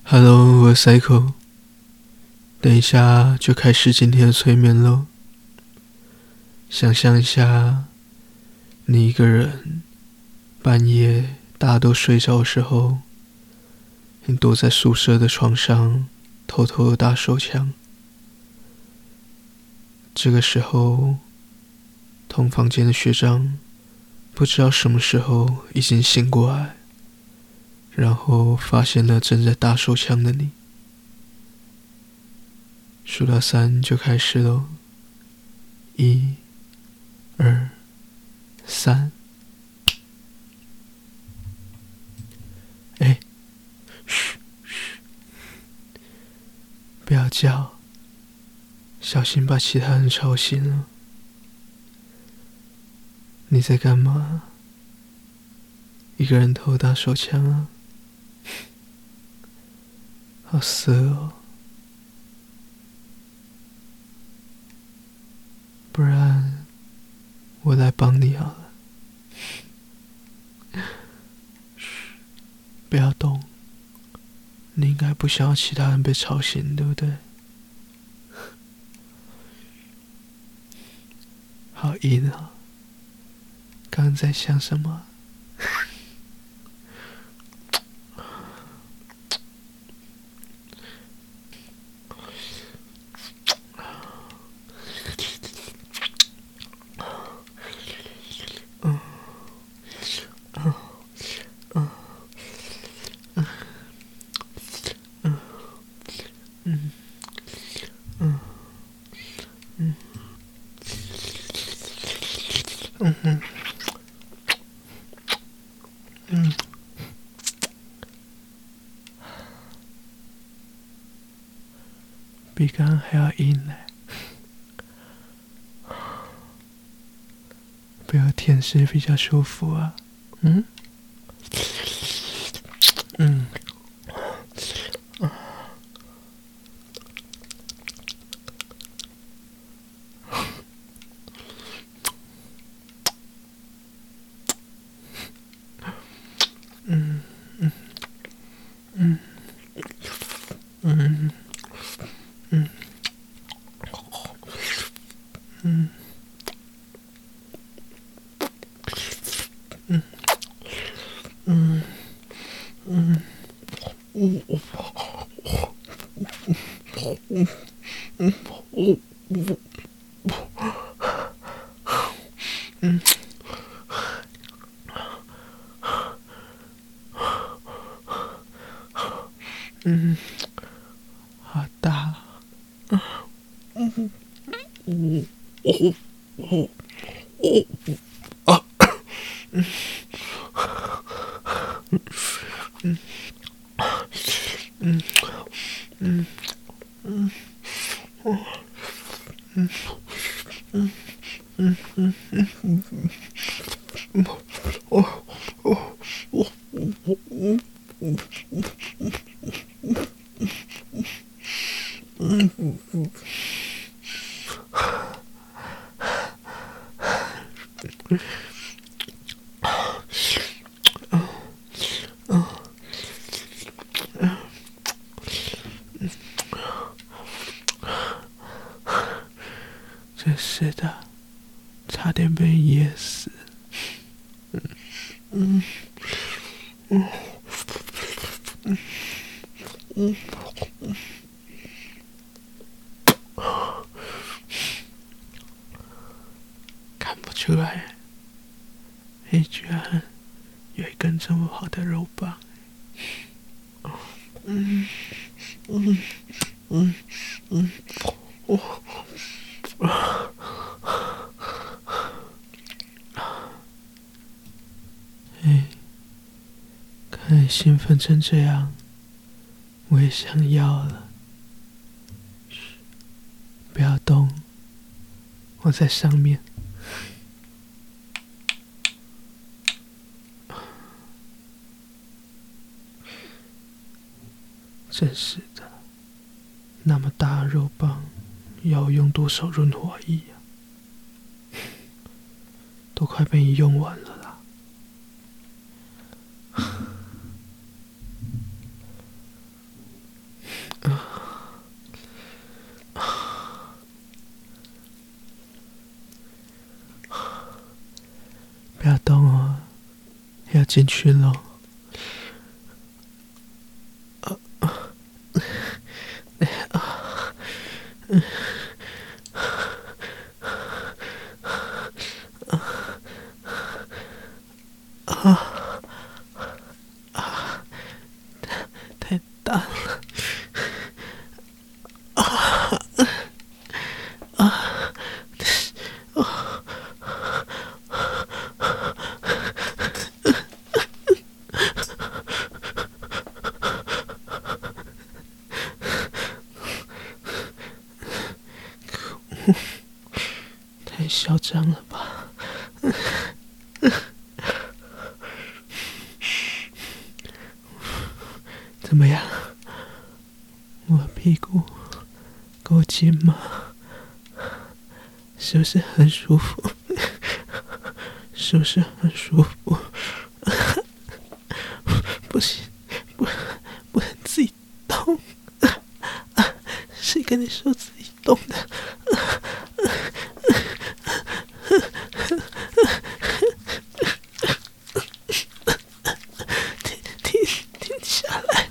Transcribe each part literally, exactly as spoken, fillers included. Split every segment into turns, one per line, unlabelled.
Hello，我是 Cycle， 等一下就开始今天的催眠喽。想象一下，你一个人，半夜大家都睡着的时候，你躲在宿舍的床上，偷偷的打手枪。这个时候，同房间的学长不知道什么时候已经醒过来，然后发现了正在打手枪的你。数到三就开始喽，一、二、三。哎，嘘嘘，不要叫，小心把其他人吵醒了。你在干嘛？一个人偷打手枪啊？好色哦！不然我来帮你好了。嘘，不要动。你应该不想要其他人被吵醒，对不对？好硬啊！刚刚在想什么？嗯嗯嗯，比刚刚还要硬呢。不要舔舐比较舒服啊。嗯嗯。嗯嗯嗯嗯嗯嗯嗯嗯嗯嗯嗯，好大。嗯嗯嗯嗯啊嗯嗯嗯嗯嗯嗯嗯嗯嗯嗯嗯哦哦哦嗯嗯嗯真是的，差点被噎死。嗯嗯嗯看不出来，你居然有一根这么好的肉棒。嗯嗯嗯嗯，哦啊！哎，看你兴奋成这样，我也想要了。不要动，我在上面。真是的，那么大的肉棒，要用多少润滑液啊？都快被你用完了啦！ 进去了。啊啊啊嗯啊啊！太大了！啊啊啊！太嚣张了吧！怎么样？我屁股够紧吗？是不是很舒服？是不是很舒服？不行，不不能自己动。谁跟你说自己动的？停停停下来！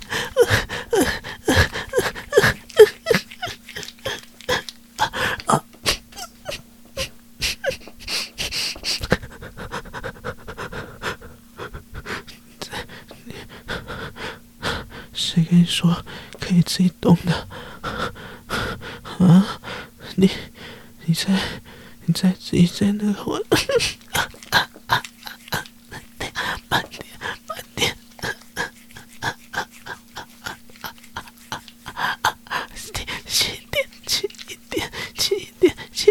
谁跟你说可以自己动的？啊！你你在你在自己在那个我，慢点慢点，轻一点轻一点轻一点轻。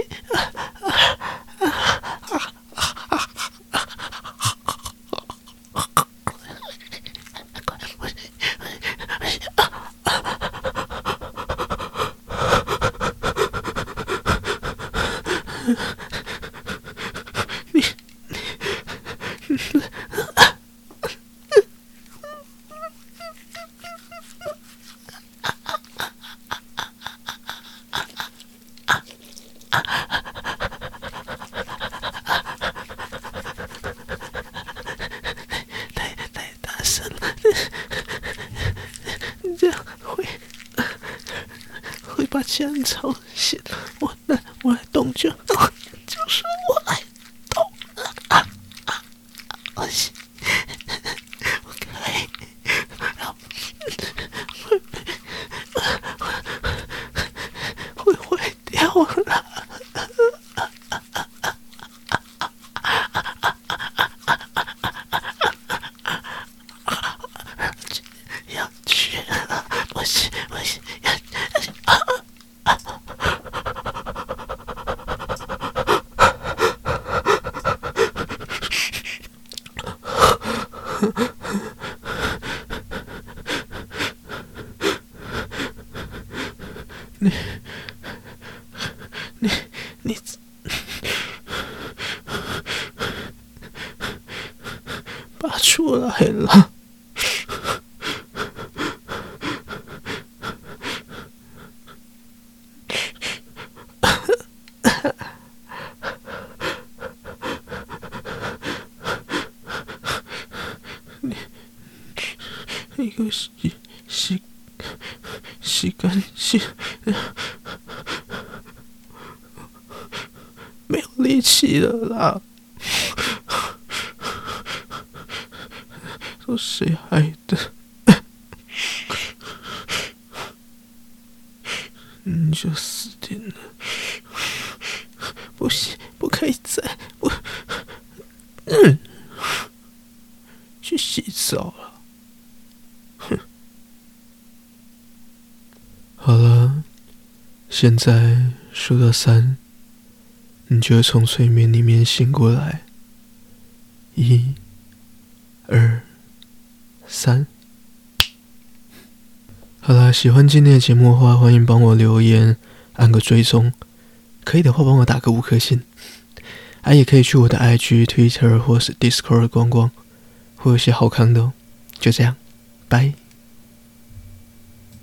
你你太太大声了，你这样会会把家人吵醒。我来我来动就好，就是我来动啊啊！我行，我可以，会会坏掉了。要去了，不行不行，啊！你你你拔出来了！你你给我洗洗洗干净，没有力气了啦！都谁害的？你就死定了！不行，不可以再不，嗯，去洗澡了。哼，好了，现在数到三，你就会从睡眠里面醒过来。一、二、三。好啦，喜欢今天的节目的话，欢迎帮我留言，按个追踪，可以的话帮我打个五颗星。啊，也可以去我的 I G、Twitter 或是 Discord 逛逛，会有些好看的哦。就这样，拜。